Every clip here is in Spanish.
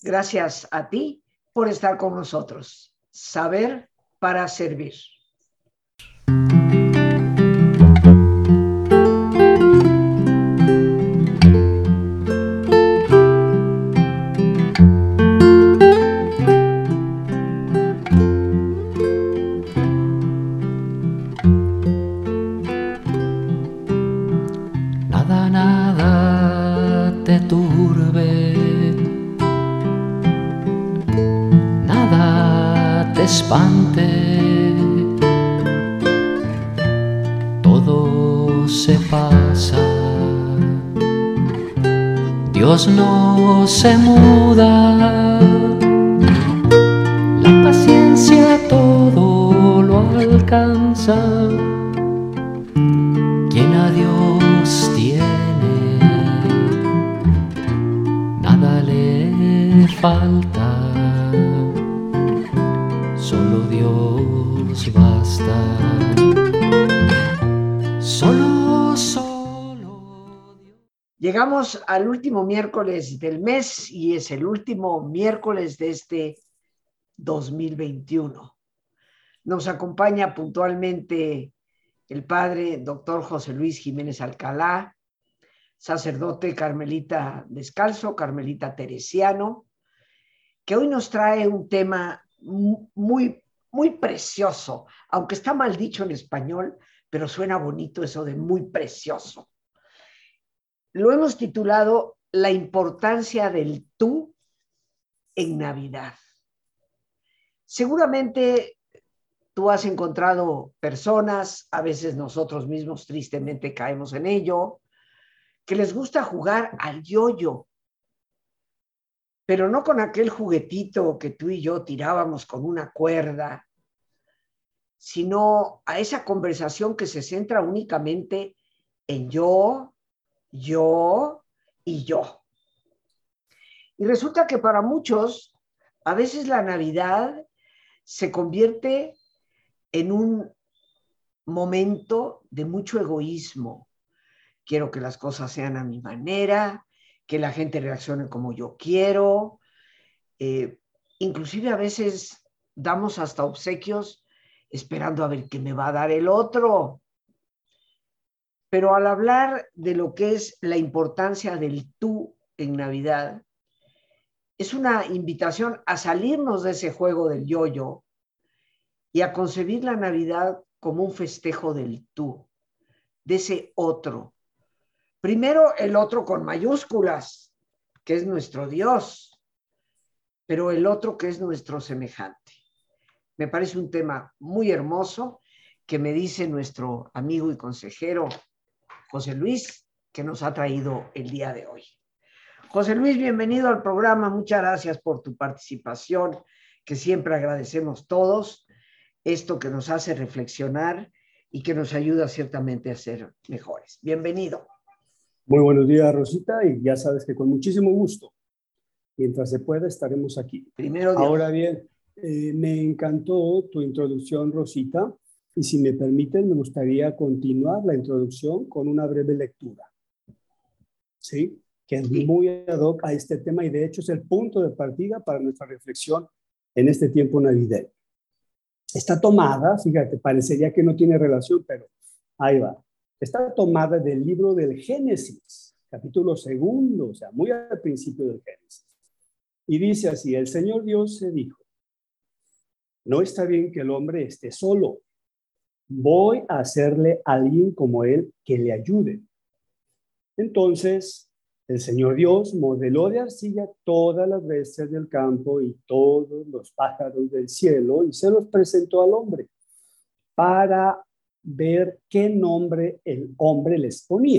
Gracias a ti por estar con nosotros. Saber para servir. Nada, nada te turbe, nada te espante, todo se pasa, Dios no se muda, la paciencia todo lo alcanza, quien a Dios tiene, nada le falta, solo Dios basta. Solo Dios. Llegamos al último miércoles del mes y es el último miércoles de este 2021. Nos acompaña puntualmente el padre doctor José Luis Jiménez Alcalá, sacerdote carmelita descalzo, carmelita teresiano, que hoy nos trae un tema muy, muy precioso, aunque está mal dicho en español, pero suena bonito eso de muy precioso. Lo hemos titulado La importancia del tú en Navidad. Seguramente tú has encontrado personas, a veces nosotros mismos tristemente caemos en ello, que les gusta jugar al yo-yo, pero no con aquel juguetito que tú y yo tirábamos con una cuerda, sino a esa conversación que se centra únicamente en yo y yo. Y resulta que para muchos, a veces la Navidad se convierte en un momento de mucho egoísmo. Quiero que las cosas sean a mi manera, que la gente reaccione como yo quiero. Inclusive a veces damos hasta obsequios esperando a ver qué me va a dar el otro. Pero al hablar de lo que es la importancia del tú en Navidad, es una invitación a salirnos de ese juego del yo-yo y a concebir la Navidad como un festejo del tú, de ese otro. Primero el otro con mayúsculas, que es nuestro Dios, pero el otro que es nuestro semejante. Me parece un tema muy hermoso que me dice nuestro amigo y consejero José Luis, que nos ha traído el día de hoy. José Luis, bienvenido al programa. Muchas gracias por tu participación, que siempre agradecemos todos. Esto que nos hace reflexionar y que nos ayuda ciertamente a ser mejores. Bienvenido. Muy buenos días, Rosita, y ya sabes que con muchísimo gusto, mientras se pueda, estaremos aquí. Primero Dios. Ahora bien, me encantó tu introducción, Rosita, y si me permiten, me gustaría continuar la introducción con una breve lectura, ¿sí? Que es muy ad hoc a este tema y de hecho es el punto de partida para nuestra reflexión en este tiempo navideño. Está tomada, fíjate, parecería que no tiene relación, pero ahí va. Está tomada del libro del Génesis, capítulo 2, o sea, muy al principio del Génesis. Y dice así: el Señor Dios se dijo, no está bien que el hombre esté solo. Voy a hacerle a alguien como él que le ayude. Entonces, el Señor Dios modeló de arcilla todas las bestias del campo y todos los pájaros del cielo y se los presentó al hombre para ver qué nombre el hombre les ponía.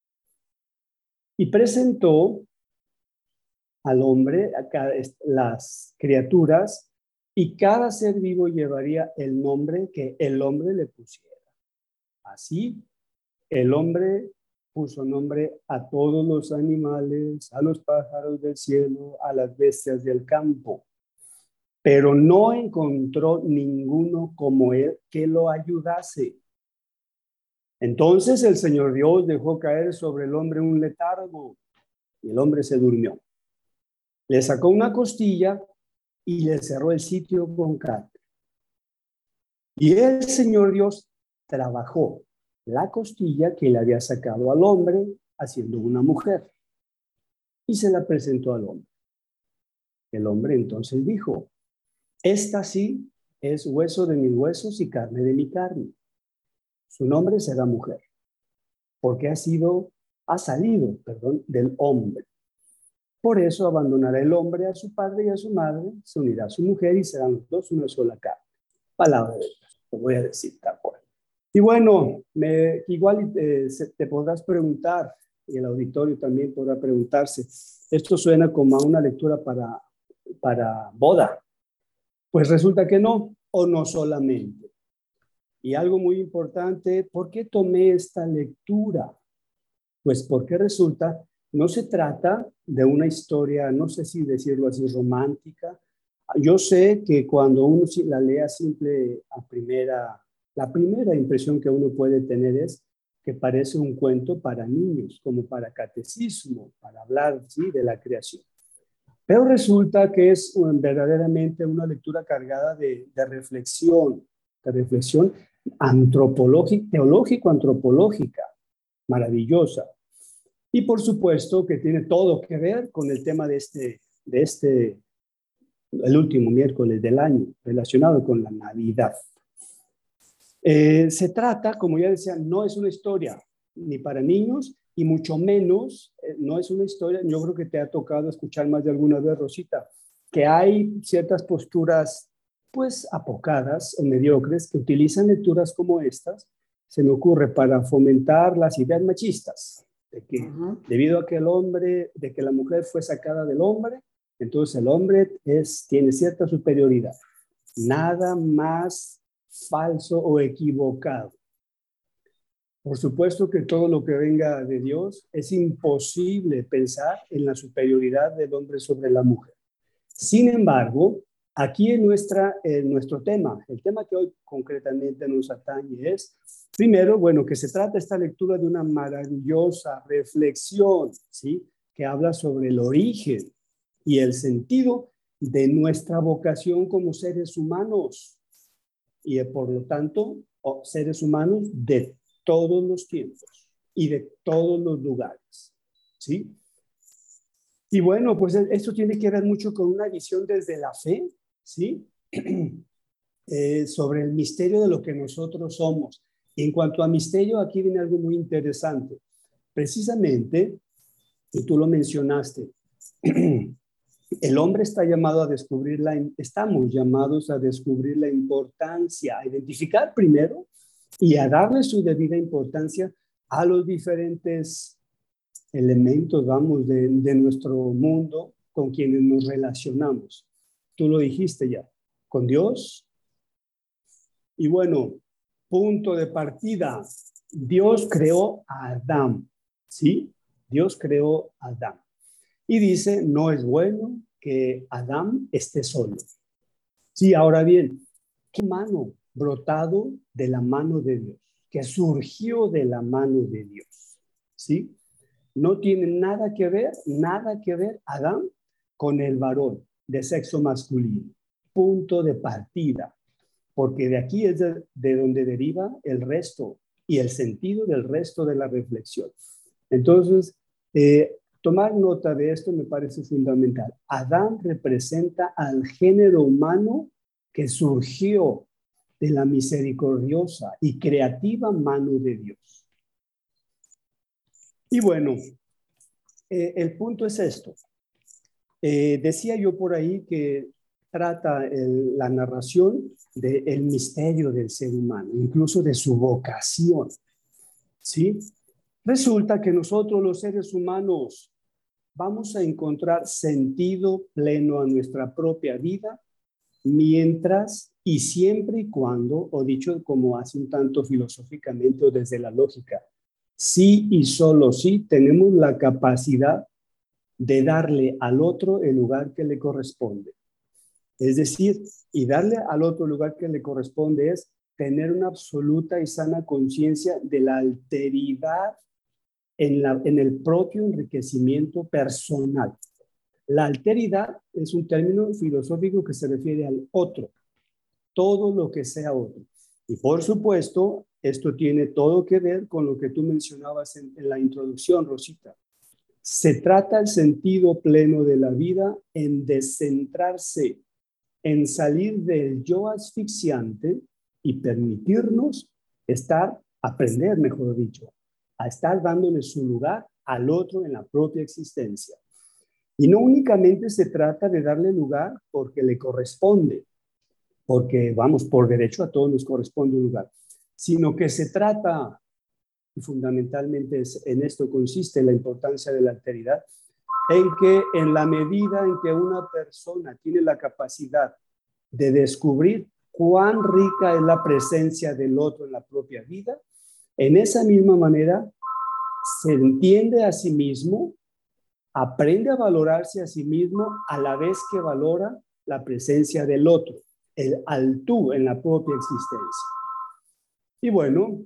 Y presentó al hombre a las criaturas y cada ser vivo llevaría el nombre que el hombre le pusiera. Así, el hombre puso nombre a todos los animales, a los pájaros del cielo, a las bestias del campo, pero no encontró ninguno como él que lo ayudase. Entonces el Señor Dios dejó caer sobre el hombre un letargo y el hombre se durmió. Le sacó una costilla y le cerró el sitio con carne. Y el Señor Dios trabajó la costilla que le había sacado al hombre haciendo una mujer y se la presentó al hombre. El hombre entonces dijo, esta sí es hueso de mis huesos y carne de mi carne. Su nombre será mujer, porque ha salido del hombre. Por eso abandonará el hombre a su padre y a su madre, se unirá a su mujer y serán los dos una sola carne. Palabra de Dios, lo voy a decir tal cual. Y bueno, igual te podrás preguntar, y el auditorio también podrá preguntarse, esto suena como a una lectura para boda. Pues resulta que no, o no solamente. Y algo muy importante, ¿por qué tomé esta lectura? Pues porque resulta, no se trata de una historia, no sé si decirlo así, romántica. Yo sé que cuando uno la lea simple la primera impresión que uno puede tener es que parece un cuento para niños, como para catecismo, para hablar, ¿sí?, de la creación. Pero resulta que es verdaderamente una lectura cargada de reflexión antropológica, teológico-antropológica, maravillosa. Y por supuesto que tiene todo que ver con el tema de el último miércoles del año, relacionado con la Navidad. Se trata, como ya decía, no es una historia ni para niños y mucho menos no es una historia. Yo creo que te ha tocado escuchar más de alguna vez, Rosita, que hay ciertas posturas pues apocadas o mediocres que utilizan lecturas como estas, se me ocurre, para fomentar las ideas machistas, de que debido a que de que la mujer fue sacada del hombre, entonces el hombre tiene cierta superioridad. Nada más falso o equivocado. Por supuesto que todo lo que venga de Dios es imposible pensar en la superioridad del hombre sobre la mujer. Sin embargo, aquí en nuestro tema, el tema que hoy concretamente nos atañe es, primero, bueno, que se trata esta lectura de una maravillosa reflexión, ¿sí?, que habla sobre el origen y el sentido de nuestra vocación como seres humanos y por lo tanto seres humanos de todos los tiempos y de todos los lugares, ¿sí? Y bueno, pues esto tiene que ver mucho con una visión desde la fe, ¿sí? Sobre el misterio de lo que nosotros somos. Y en cuanto a misterio, aquí viene algo muy interesante. Precisamente, y tú lo mencionaste, el hombre estamos llamados a descubrir la importancia, a identificar primero y a darle su debida importancia a los diferentes elementos, vamos, de nuestro mundo con quienes nos relacionamos. Tú lo dijiste ya, con Dios. Y bueno, punto de partida, Dios creó a Adán, ¿sí? Dios creó a Adán. Y dice, no es bueno que Adán esté solo. Sí, ahora bien, ¿qué humano brotado de la mano de Dios? Que surgió de la mano de Dios, ¿sí? No tiene nada que ver Adán con el varón de sexo masculino. Punto de partida, porque de aquí es de donde deriva el resto y el sentido del resto de la reflexión. Entonces, tomar nota de esto me parece fundamental. Adán representa al género humano que surgió de la misericordiosa y creativa mano de Dios. Y bueno, el punto es esto. Decía yo por ahí que trata la narración del misterio del ser humano, incluso de su vocación, ¿sí? Resulta que nosotros los seres humanos vamos a encontrar sentido pleno a nuestra propia vida mientras y siempre y cuando, o dicho como hace un tanto filosóficamente o desde la lógica, sí y solo sí tenemos la capacidad de darle al otro el lugar que le corresponde. Es decir, y darle al otro lugar que le corresponde es tener una absoluta y sana conciencia de la alteridad en el propio enriquecimiento personal. La alteridad es un término filosófico que se refiere al otro, todo lo que sea otro. Y por supuesto, esto tiene todo que ver con lo que tú mencionabas en la introducción, Rosita. Se trata el sentido pleno de la vida en descentrarse, en salir del yo asfixiante y permitirnos aprender, mejor dicho, a estar dándole su lugar al otro en la propia existencia. Y no únicamente se trata de darle lugar porque le corresponde, porque vamos, por derecho a todos nos corresponde un lugar, sino que se trata, y fundamentalmente en esto consiste la importancia de la alteridad, en que en la medida en que una persona tiene la capacidad de descubrir cuán rica es la presencia del otro en la propia vida, en esa misma manera se entiende a sí mismo, aprende a valorarse a sí mismo a la vez que valora la presencia del otro, el al tú en la propia existencia. Y bueno,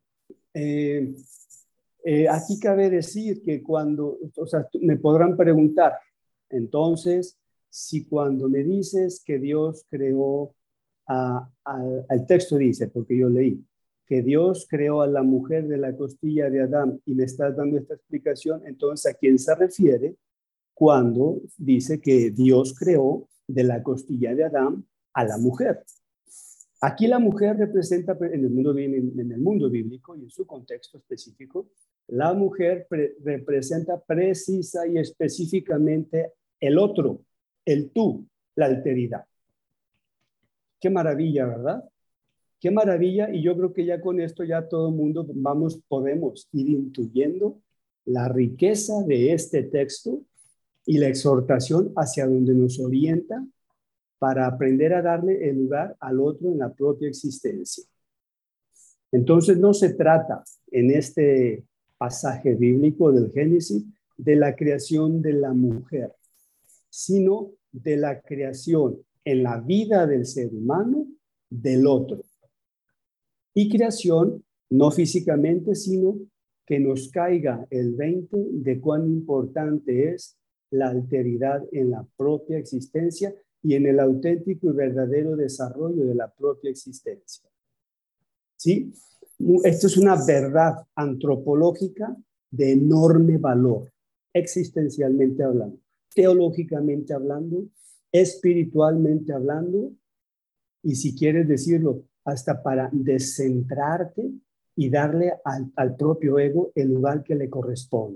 aquí cabe decir que cuando, o sea, me podrán preguntar, entonces, si cuando me dices que Dios creó, al texto dice, porque yo leí, que Dios creó a la mujer de la costilla de Adán y me estás dando esta explicación, entonces, ¿a quién se refiere cuando dice que Dios creó de la costilla de Adán a la mujer? Aquí la mujer representa, en el mundo bíblico y en su contexto específico, la mujer representa precisa y específicamente el otro, el tú, la alteridad. Qué maravilla, ¿verdad? Qué maravilla, y yo creo que ya con esto ya todo el mundo podemos ir intuyendo la riqueza de este texto y la exhortación hacia donde nos orienta para aprender a darle el lugar al otro en la propia existencia. Entonces no se trata en este pasaje bíblico del Génesis de la creación de la mujer, sino de la creación en la vida del ser humano del otro. Y creación no físicamente, sino que nos caiga el 20 de cuán importante es la alteridad en la propia existencia y en el auténtico y verdadero desarrollo de la propia existencia. ¿Sí? Esto es una verdad antropológica de enorme valor, existencialmente hablando, teológicamente hablando, espiritualmente hablando, y si quieres decirlo, hasta para descentrarte y darle al propio ego el lugar que le corresponde.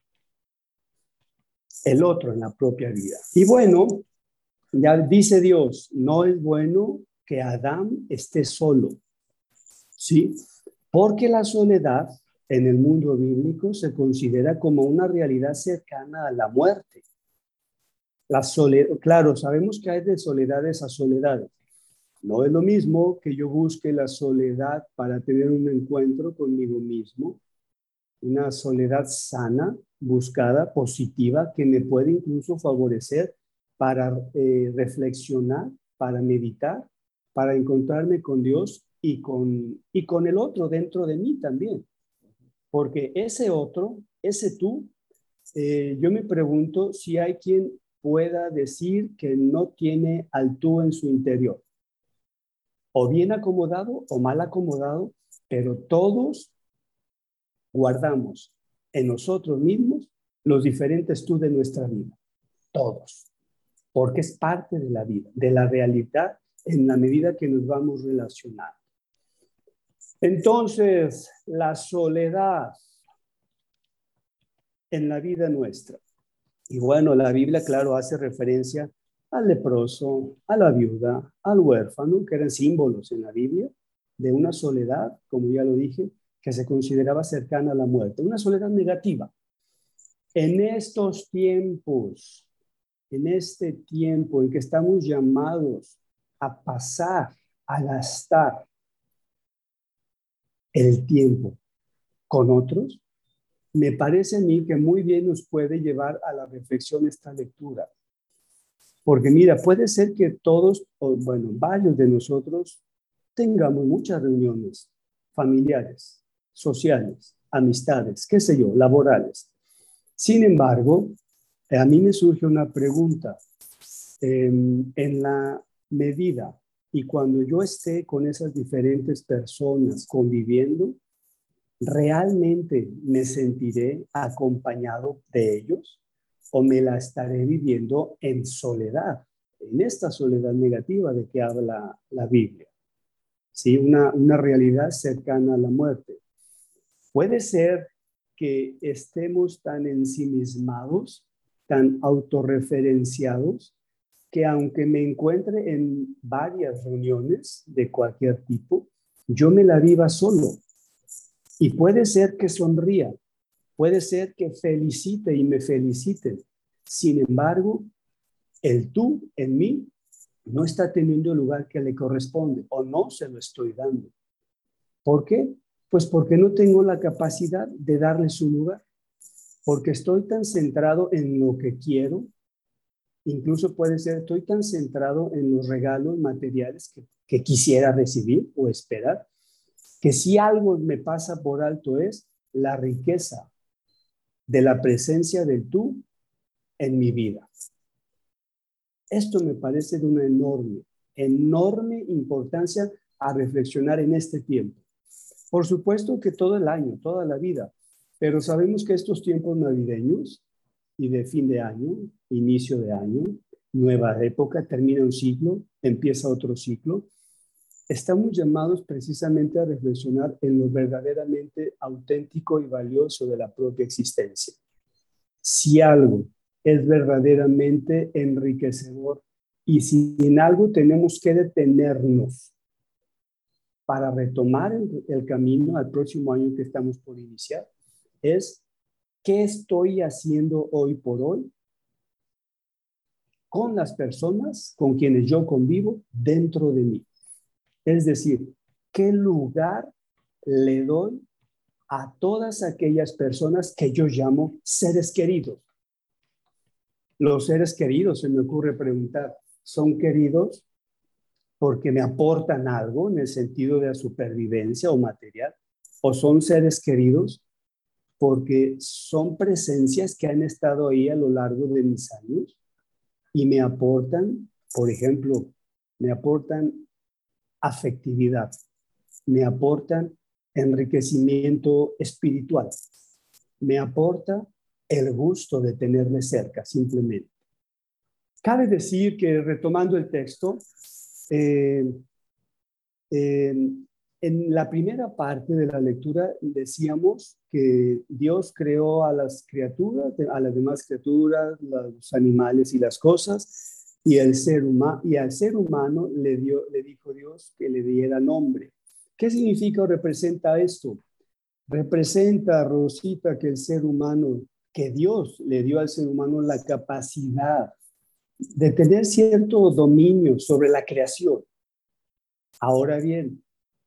El otro en la propia vida. Y bueno, ya dice Dios, no es bueno que Adán esté solo. ¿Sí? Porque la soledad en el mundo bíblico se considera como una realidad cercana a la muerte. La soledad, claro, sabemos que hay de soledades a soledades. No es lo mismo que yo busque la soledad para tener un encuentro conmigo mismo, una soledad sana, buscada, positiva, que me puede incluso favorecer para reflexionar, para meditar, para encontrarme con Dios y con el otro dentro de mí también. Porque ese otro, ese tú, yo me pregunto si hay quien pueda decir que no tiene al tú en su interior. O bien acomodado o mal acomodado, pero todos guardamos en nosotros mismos los diferentes tú de nuestra vida. Todos. Porque es parte de la vida, de la realidad en la medida que nos vamos relacionando. Entonces, la soledad en la vida nuestra. Y bueno, la Biblia, claro, hace referencia al leproso, a la viuda, al huérfano, que eran símbolos en la Biblia de una soledad, como ya lo dije, que se consideraba cercana a la muerte, una soledad negativa. En estos tiempos, en este tiempo en que estamos llamados a pasar, a gastar el tiempo con otros, me parece a mí que muy bien nos puede llevar a la reflexión esta lectura. Porque mira, puede ser que todos, o bueno, varios de nosotros tengamos muchas reuniones familiares, sociales, amistades, qué sé yo, laborales. Sin embargo, A mí me surge una pregunta. En la medida y cuando yo esté con esas diferentes personas conviviendo, ¿realmente me sentiré acompañado de ellos o me la estaré viviendo en soledad, en esta soledad negativa de que habla la Biblia? ¿Sí? Una realidad cercana a la muerte. Puede ser que estemos tan ensimismados, tan autorreferenciados, que aunque me encuentre en varias reuniones de cualquier tipo, yo me la viva solo. Y puede ser que sonría, puede ser que felicite y me feliciten. Sin embargo, el tú en mí no está teniendo el lugar que le corresponde o no se lo estoy dando. ¿Por qué? Pues porque no tengo la capacidad de darle su lugar, porque estoy tan centrado en lo que quiero. Incluso puede ser, estoy tan centrado en los regalos materiales que quisiera recibir o esperar, que si algo me pasa por alto es la riqueza de la presencia del tú en mi vida. Esto me parece de una enorme importancia a reflexionar en este tiempo. Por supuesto que todo el año, toda la vida, pero sabemos que estos tiempos navideños y de fin de año, inicio de año, nueva época, termina un ciclo, empieza otro ciclo, estamos llamados precisamente a reflexionar en lo verdaderamente auténtico y valioso de la propia existencia. Si algo es verdaderamente enriquecedor y si en algo tenemos que detenernos para retomar el camino al próximo año que estamos por iniciar, es ¿qué estoy haciendo hoy por hoy con las personas con quienes yo convivo dentro de mí? Es decir, ¿qué lugar le doy a todas aquellas personas que yo llamo seres queridos? Los seres queridos, se me ocurre preguntar, ¿son queridos porque me aportan algo en el sentido de la supervivencia o material? ¿O son seres queridos porque son presencias que han estado ahí a lo largo de mis años y me aportan, por ejemplo, me aportan afectividad, me aportan enriquecimiento espiritual, me aporta el gusto de tenerme cerca, simplemente? Cabe decir que, retomando el texto, en la primera parte de la lectura decíamos que Dios creó a las criaturas, a las demás criaturas, los animales y las cosas, y al ser humano le dijo Dios que le diera nombre. ¿Qué significa o representa esto? Representa, Rosita, que el ser humano, que Dios le dio al ser humano la capacidad de tener cierto dominio sobre la creación. Ahora bien,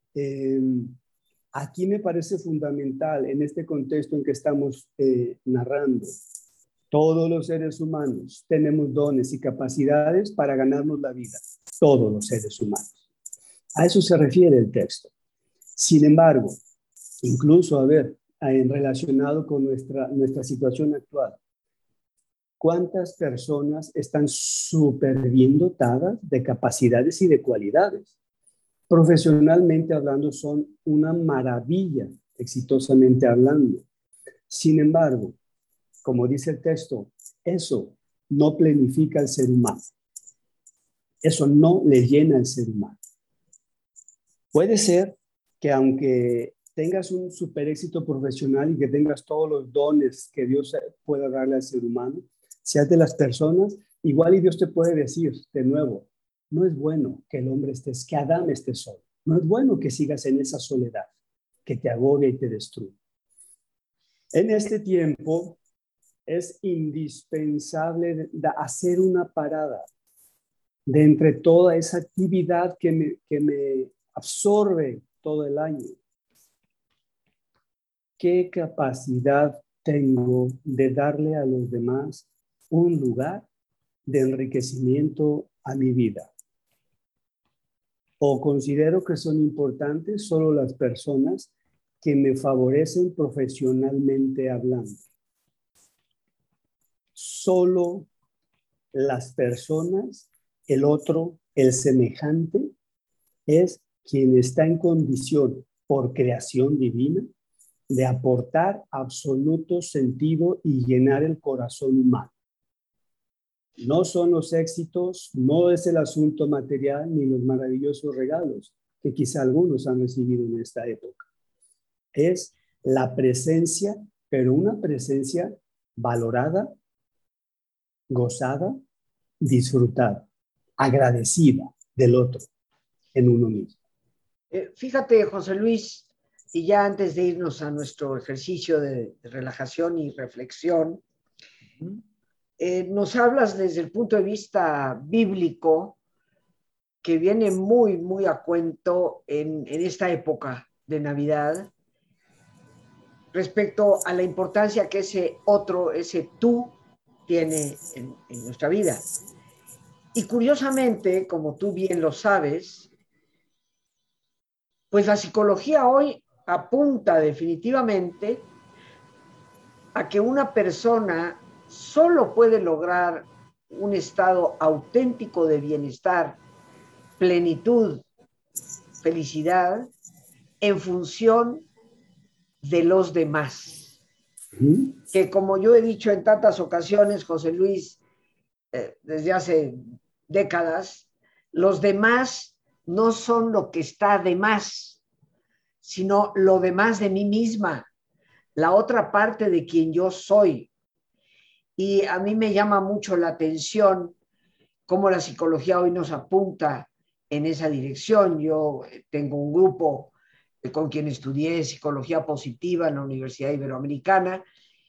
aquí me parece fundamental en este contexto en que estamos narrando. Todos los seres humanos tenemos dones y capacidades para ganarnos la vida. Todos los seres humanos. A eso se refiere el texto. Sin embargo, incluso, relacionado con nuestra situación actual, ¿cuántas personas están súper bien dotadas de capacidades y de cualidades? Profesionalmente hablando, son una maravilla, exitosamente hablando. Sin embargo, como dice el texto, eso no planifica al ser humano. Eso no le llena al ser humano. Puede ser que aunque tengas un super éxito profesional y que tengas todos los dones que Dios pueda darle al ser humano, seas de las personas, igual y Dios te puede decir de nuevo, no es bueno que el hombre que Adán esté solo. No es bueno que sigas en esa soledad que te agobia y te destruye. En este tiempo es indispensable hacer una parada de entre toda esa actividad que me absorbe todo el año. ¿Qué capacidad tengo de darle a los demás un lugar de enriquecimiento a mi vida? ¿O considero que son importantes solo las personas que me favorecen profesionalmente hablando? solo las personas, el otro, el semejante, es quien está en condición por creación divina de aportar absoluto sentido y llenar el corazón humano. No son los éxitos, no es el asunto material ni los maravillosos regalos que quizá algunos han recibido en esta época. Es la presencia, pero una presencia valorada, gozada, disfrutada, agradecida del otro en uno mismo. Fíjate, José Luis, y ya antes de irnos a nuestro ejercicio de relajación y reflexión, nos hablas desde el punto de vista bíblico que viene muy, muy a cuento en esta época de Navidad respecto a la importancia que ese otro, ese tú, tiene en nuestra vida. Y curiosamente, como tú bien lo sabes, pues la psicología hoy apunta definitivamente a que una persona solo puede lograr un estado auténtico de bienestar, plenitud, felicidad, en función de los demás. Que como yo he dicho en tantas ocasiones, José Luis, desde hace décadas, los demás no son lo que está de más, sino lo demás de mí misma, la otra parte de quien yo soy. Y a mí me llama mucho la atención cómo la psicología hoy nos apunta en esa dirección. Yo tengo un grupo con quien estudié psicología positiva en la Universidad Iberoamericana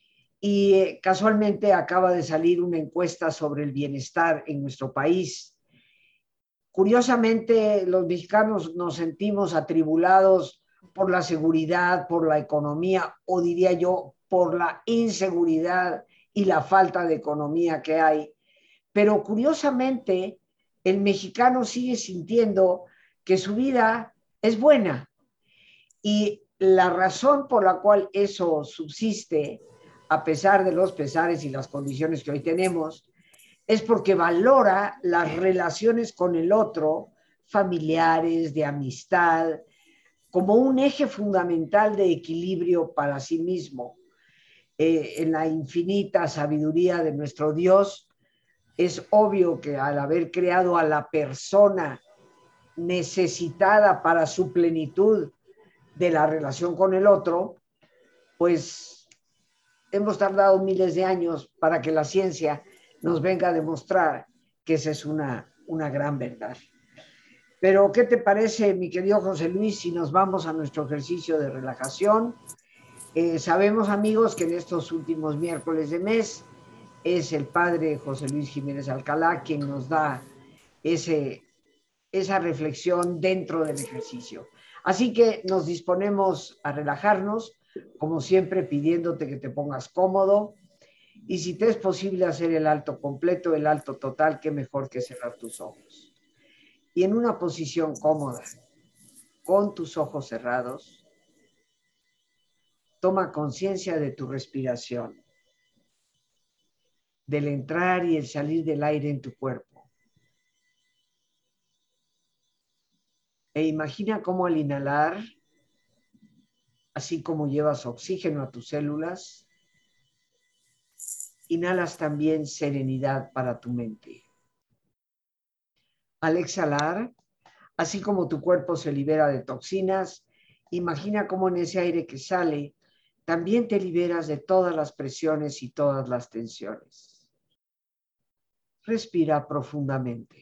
y casualmente acaba de salir una encuesta sobre el bienestar en nuestro país. Curiosamente, los mexicanos nos sentimos atribulados por la seguridad, por la economía, o diría yo, por la inseguridad y la falta de economía que hay. Pero curiosamente, el mexicano sigue sintiendo que su vida es buena. Y la razón por la cual eso subsiste, a pesar de los pesares y las condiciones que hoy tenemos, es porque valora las relaciones con el otro, familiares, de amistad, como un eje fundamental de equilibrio para sí mismo. En la infinita sabiduría de nuestro Dios, es obvio que al haber creado a la persona necesitada para su plenitud de la relación con el otro, pues hemos tardado miles de años para que la ciencia nos venga a demostrar que esa es una gran verdad. Pero, ¿qué te parece, mi querido José Luis, si nos vamos a nuestro ejercicio de relajación? Sabemos, amigos, que en estos últimos miércoles de mes es el padre José Luis Jiménez Alcalá quien nos da esa reflexión dentro del ejercicio. Así que nos disponemos a relajarnos, como siempre pidiéndote que te pongas cómodo y si te es posible hacer el alto completo, el alto total, qué mejor que cerrar tus ojos. Y en una posición cómoda, con tus ojos cerrados, toma conciencia de tu respiración, del entrar y el salir del aire en tu cuerpo. E imagina cómo al inhalar, así como llevas oxígeno a tus células, inhalas también serenidad para tu mente. Al exhalar, así como tu cuerpo se libera de toxinas, imagina cómo en ese aire que sale, también te liberas de todas las presiones y todas las tensiones. Respira profundamente.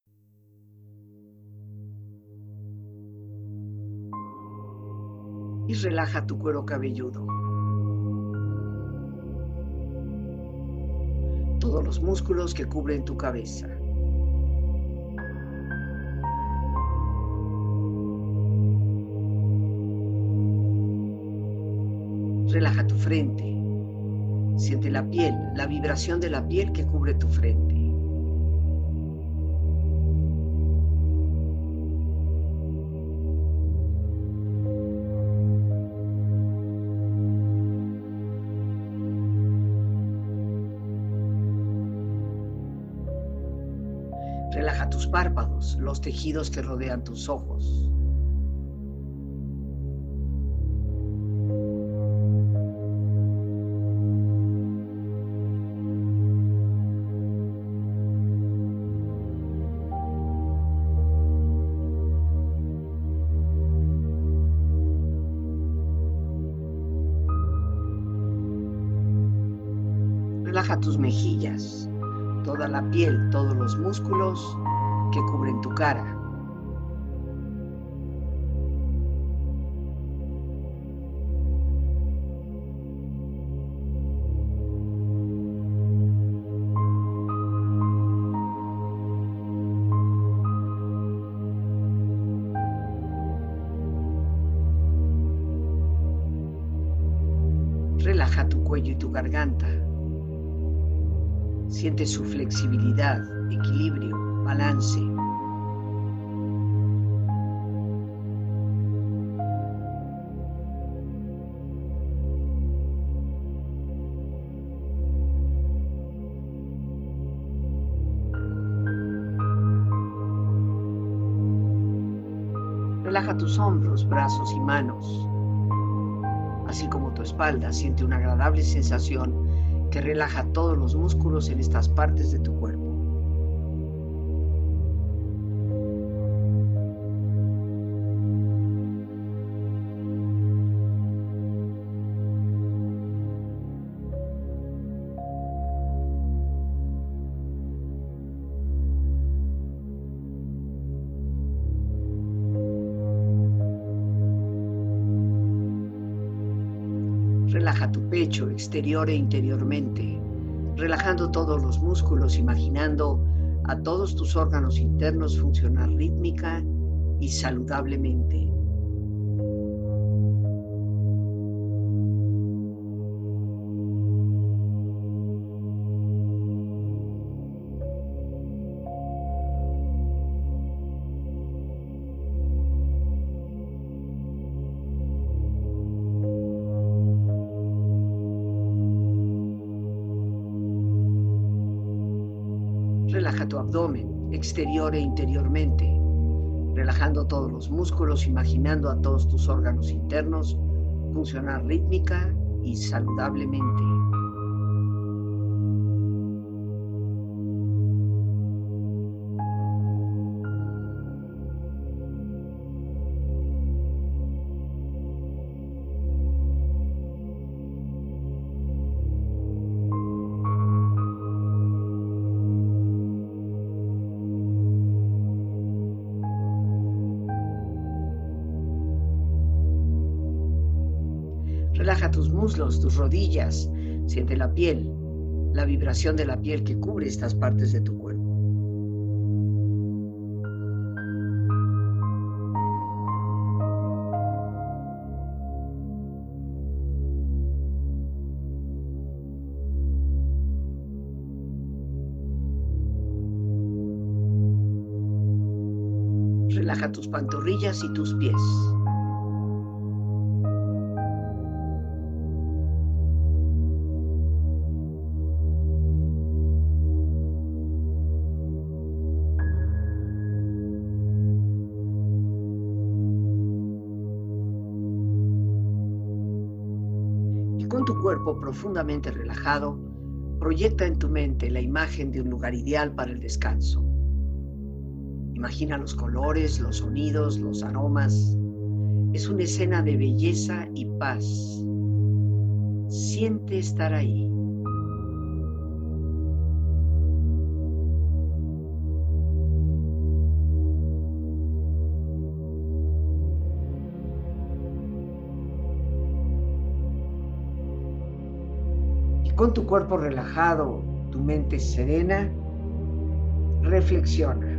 Y relaja tu cuero cabelludo. Todos los músculos que cubren tu cabeza. Relaja tu frente. Siente la piel, la vibración de la piel que cubre tu frente. Relaja tus párpados, los tejidos que rodean tus ojos. Relaja tus mejillas, toda la piel, todos los músculos que cubren tu cara. Relaja tu cuello y tu garganta. Siente su flexibilidad, equilibrio, balance. Relaja tus hombros, brazos y manos, así como tu espalda. Siente una agradable sensación que relaja todos los músculos en estas partes de tu cuerpo. Relaja tu pecho exterior e interiormente, relajando todos los músculos, imaginando a todos tus órganos internos funcionar rítmica y saludablemente. Relaja tu abdomen, exterior e interiormente, relajando todos los músculos, imaginando a todos tus órganos internos funcionar rítmica y saludablemente. Relaja tus muslos, tus rodillas, siente la piel, la vibración de la piel que cubre estas partes de tu cuerpo. Relaja tus pantorrillas y tus pies. Con tu cuerpo profundamente relajado, proyecta en tu mente la imagen de un lugar ideal para el descanso. Imagina los colores, los sonidos, los aromas. Es una escena de belleza y paz. Siente estar ahí. Con tu cuerpo relajado, tu mente serena, reflexiona.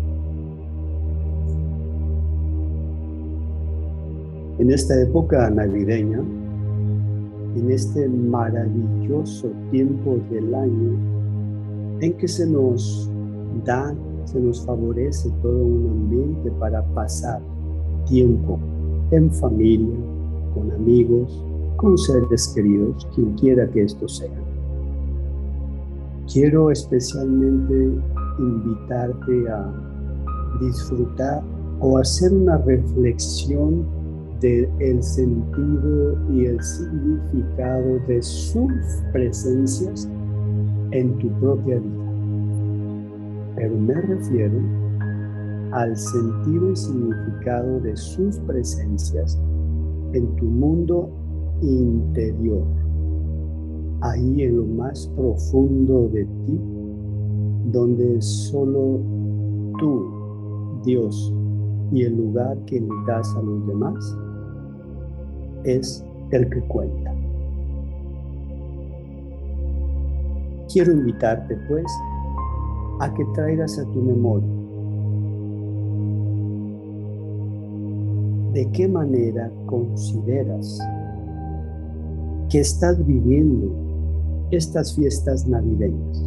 En esta época navideña, en este maravilloso tiempo del año en que se nos favorece todo un ambiente para pasar tiempo en familia, con amigos, con seres queridos, quien quiera que esto sea. Quiero especialmente invitarte a disfrutar o hacer una reflexión del sentido y el significado de sus presencias en tu propia vida. Pero me refiero al sentido y significado de sus presencias en tu mundo interior, ahí en lo más profundo de ti, donde solo tú, Dios, y el lugar que le das a los demás es el que cuenta. Quiero invitarte, pues, a que traigas a tu memoria de qué manera consideras que estás viviendo estas fiestas navideñas.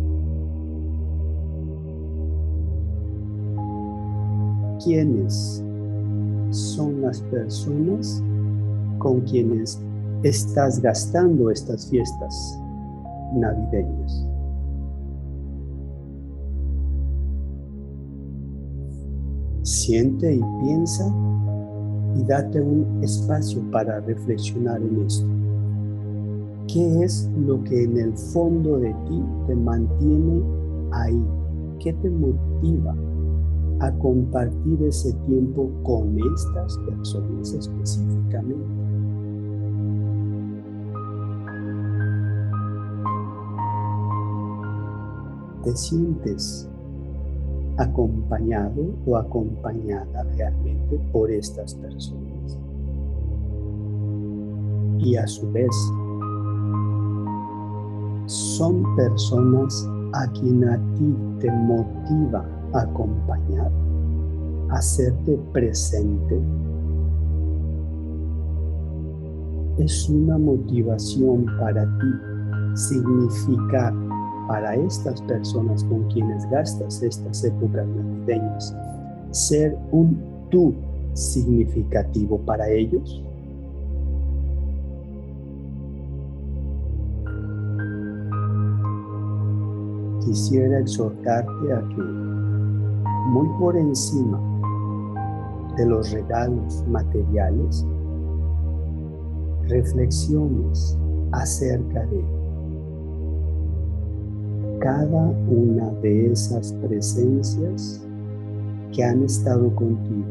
¿Quiénes son las personas con quienes estás gastando estas fiestas navideñas? Siente y piensa y date un espacio para reflexionar en esto. ¿Qué es lo que en el fondo de ti te mantiene ahí? ¿Qué te motiva a compartir ese tiempo con estas personas específicamente? ¿Te sientes acompañado o acompañada realmente por estas personas? Y a su vez, son personas a quien a ti te motiva a acompañar, a hacerte presente. Es una motivación para ti significar para estas personas con quienes gastas estas épocas navideñas, ser un tú significativo para ellos. Quisiera exhortarte a que, muy por encima de los regalos materiales, reflexiones acerca de cada una de esas presencias que han estado contigo,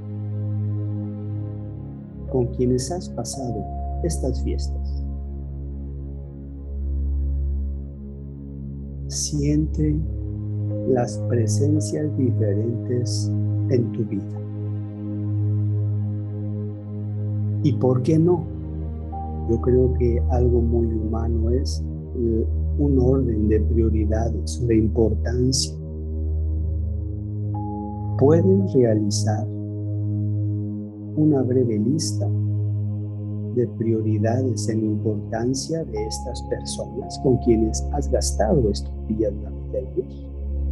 con quienes has pasado estas fiestas. Siente las presencias diferentes en tu vida. ¿Y por qué no? Yo creo que algo muy humano es un orden de prioridades, de importancia. Puedes realizar una breve lista de prioridades en importancia de estas personas con quienes has gastado estos días navideños.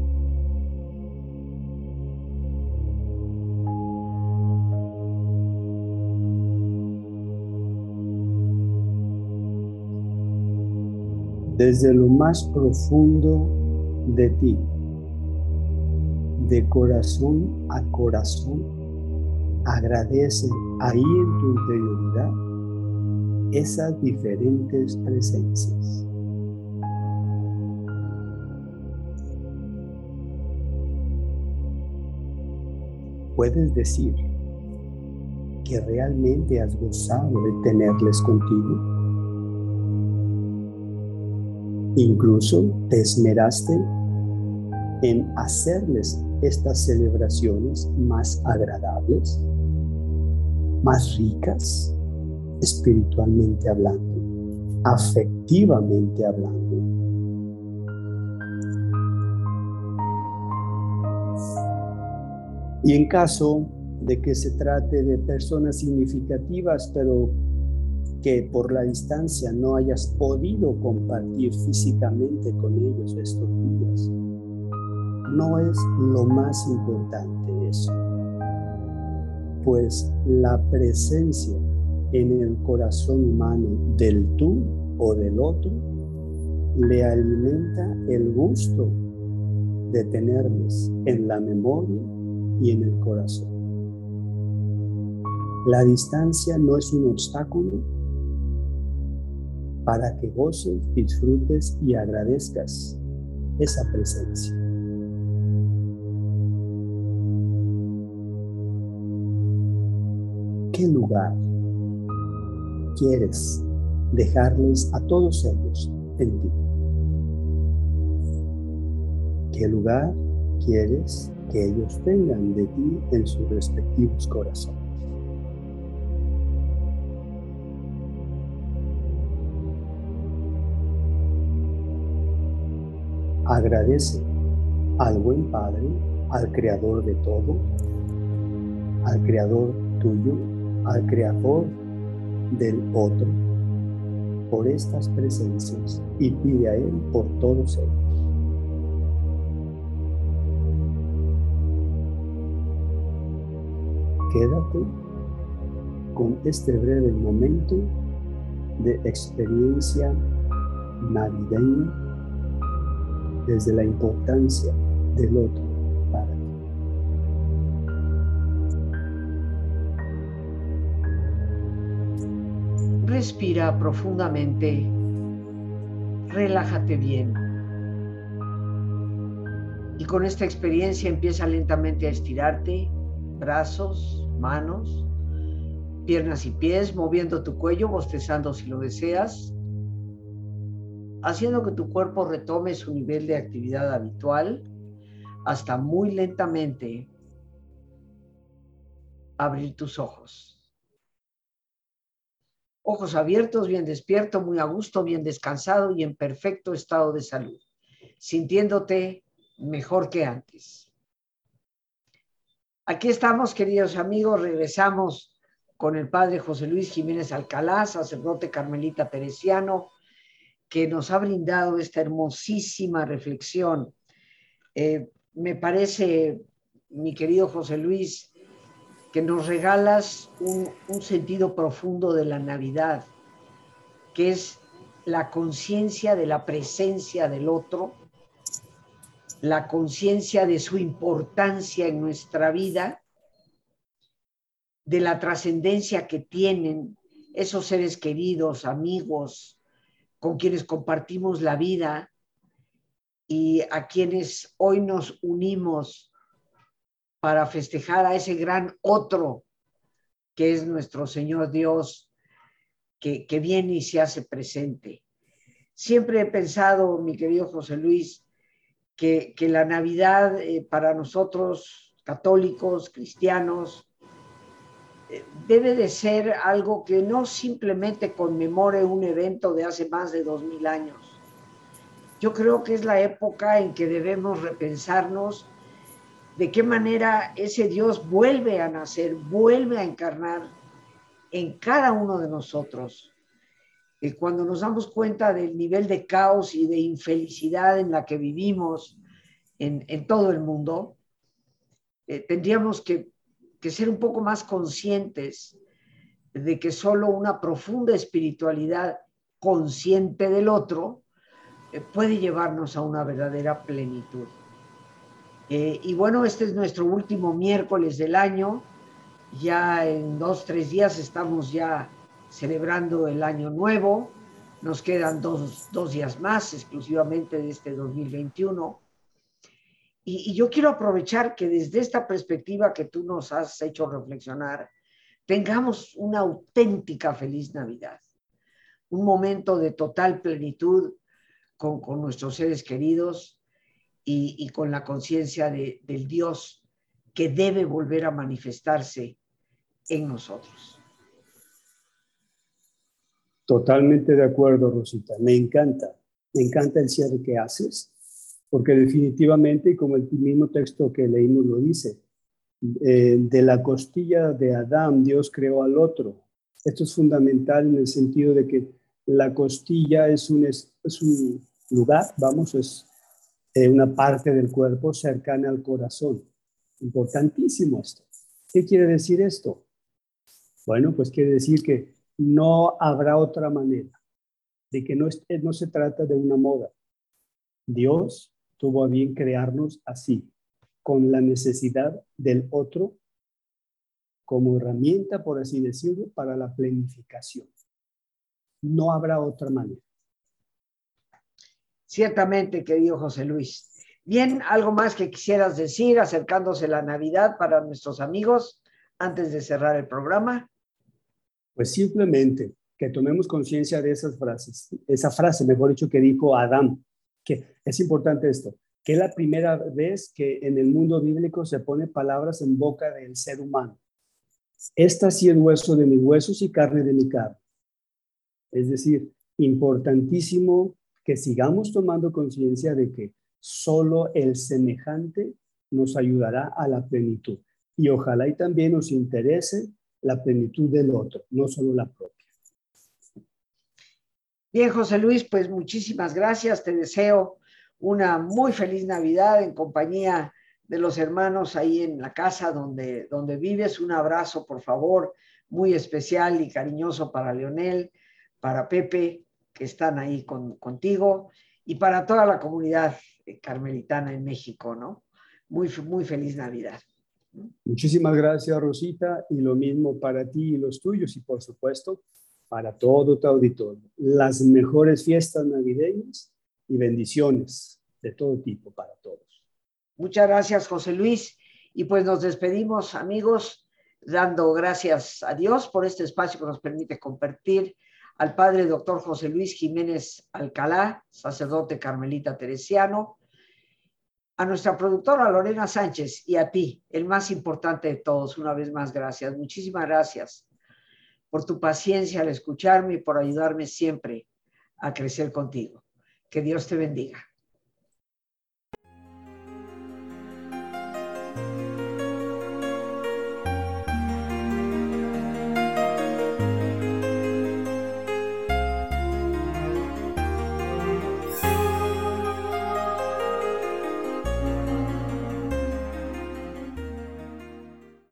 Desde lo más profundo de ti, de corazón a corazón, agradece ahí en tu interioridad esas diferentes presencias. Puedes decir que realmente has gozado de tenerles contigo. Incluso te esmeraste en hacerles estas celebraciones más agradables, más ricas, espiritualmente hablando, afectivamente hablando. Y en caso de que se trate de personas significativas, pero que por la distancia no hayas podido compartir físicamente con ellos estos días, no es lo más importante eso, pues la presencia en el corazón humano del tú o del otro le alimenta el gusto de tenerles en la memoria y en el corazón. La distancia no es un obstáculo para que goces, disfrutes y agradezcas esa presencia. ¿Qué lugar quieres dejarles a todos ellos en ti? ¿Qué lugar quieres que ellos tengan de ti en sus respectivos corazones? Agradece al buen Padre, al Creador de todo, al Creador tuyo, al Creador del otro, por estas presencias y pide a Él por todos ellos. Quédate con este breve momento de experiencia navideña desde la importancia del otro para ti. Respira profundamente, relájate bien. Y con esta experiencia empieza lentamente a estirarte, brazos, manos, piernas y pies, moviendo tu cuello, bostezando si lo deseas, haciendo que tu cuerpo retome su nivel de actividad habitual, hasta muy lentamente abrir tus ojos. Ojos abiertos, bien despierto, muy a gusto, bien descansado y en perfecto estado de salud, sintiéndote mejor que antes. Aquí estamos, queridos amigos, regresamos con el padre José Luis Jiménez Alcalá, sacerdote carmelita teresiano, que nos ha brindado esta hermosísima reflexión. Me parece, mi querido José Luis, que nos regalas un sentido profundo de la Navidad, que es la conciencia de la presencia del otro, la conciencia de su importancia en nuestra vida, de la trascendencia que tienen esos seres queridos, amigos, con quienes compartimos la vida y a quienes hoy nos unimos para festejar a ese gran otro que es nuestro Señor Dios, que viene y se hace presente. Siempre he pensado, mi querido José Luis, que la Navidad para nosotros, católicos, cristianos, debe de ser algo que no simplemente conmemore un evento de hace más de 2000 años. Yo creo que es la época en que debemos repensarnos de qué manera ese Dios vuelve a nacer, vuelve a encarnar en cada uno de nosotros. Cuando nos damos cuenta del nivel de caos y de infelicidad en la que vivimos en todo el mundo, tendríamos que ser un poco más conscientes de que solo una profunda espiritualidad consciente del otro puede llevarnos a una verdadera plenitud. Y bueno, este es nuestro último miércoles del año. Ya en 2-3 días estamos ya celebrando el año nuevo. Nos quedan dos días más exclusivamente de este 2021. Y yo quiero aprovechar que desde esta perspectiva que tú nos has hecho reflexionar, tengamos una auténtica feliz Navidad. Un momento de total plenitud con nuestros seres queridos y con la conciencia del Dios que debe volver a manifestarse en nosotros. Totalmente de acuerdo, Rosita. Me encanta el cierre que haces, porque definitivamente, como el mismo texto que leímos lo dice, de la costilla de Adán Dios creó al otro. Esto es fundamental en el sentido de que la costilla es un lugar, es una parte del cuerpo cercana al corazón. Importantísimo esto. ¿Qué quiere decir esto? Bueno, pues quiere decir que no habrá otra manera, de que no se trata de una moda. Dios tuvo a bien crearnos así, con la necesidad del otro como herramienta, por así decirlo, para la planificación. No habrá otra manera. Ciertamente, querido José Luis. Bien, ¿algo más que quisieras decir acercándose la Navidad para nuestros amigos antes de cerrar el programa? Pues simplemente que tomemos conciencia de esas frases, esa frase, mejor dicho, que dijo Adán, que es importante esto, que es la primera vez que en el mundo bíblico se pone palabras en boca del ser humano. Esta sí es hueso de mis huesos y carne de mi carne. Es decir, importantísimo que sigamos tomando conciencia de que solo el semejante nos ayudará a la plenitud. Y ojalá y también nos interese la plenitud del otro, no solo la propia. Bien, José Luis, pues muchísimas gracias. Te deseo una muy feliz Navidad en compañía de los hermanos ahí en la casa donde vives. Un abrazo, por favor, muy especial y cariñoso para Leonel, para Pepe, que están ahí contigo, y para toda la comunidad carmelitana en México, ¿no? Muy, muy feliz Navidad. Muchísimas gracias, Rosita, y lo mismo para ti y los tuyos, y por supuesto, para todo tu auditorio. Las mejores fiestas navideñas y bendiciones de todo tipo para todos. Muchas gracias, José Luis. Y pues nos despedimos, amigos, dando gracias a Dios por este espacio que nos permite compartir, al padre doctor José Luis Jiménez Alcalá, sacerdote carmelita teresiano, a nuestra productora Lorena Sánchez y a ti, el más importante de todos, una vez más, gracias. Muchísimas gracias por tu paciencia al escucharme y por ayudarme siempre a crecer contigo. Que Dios te bendiga.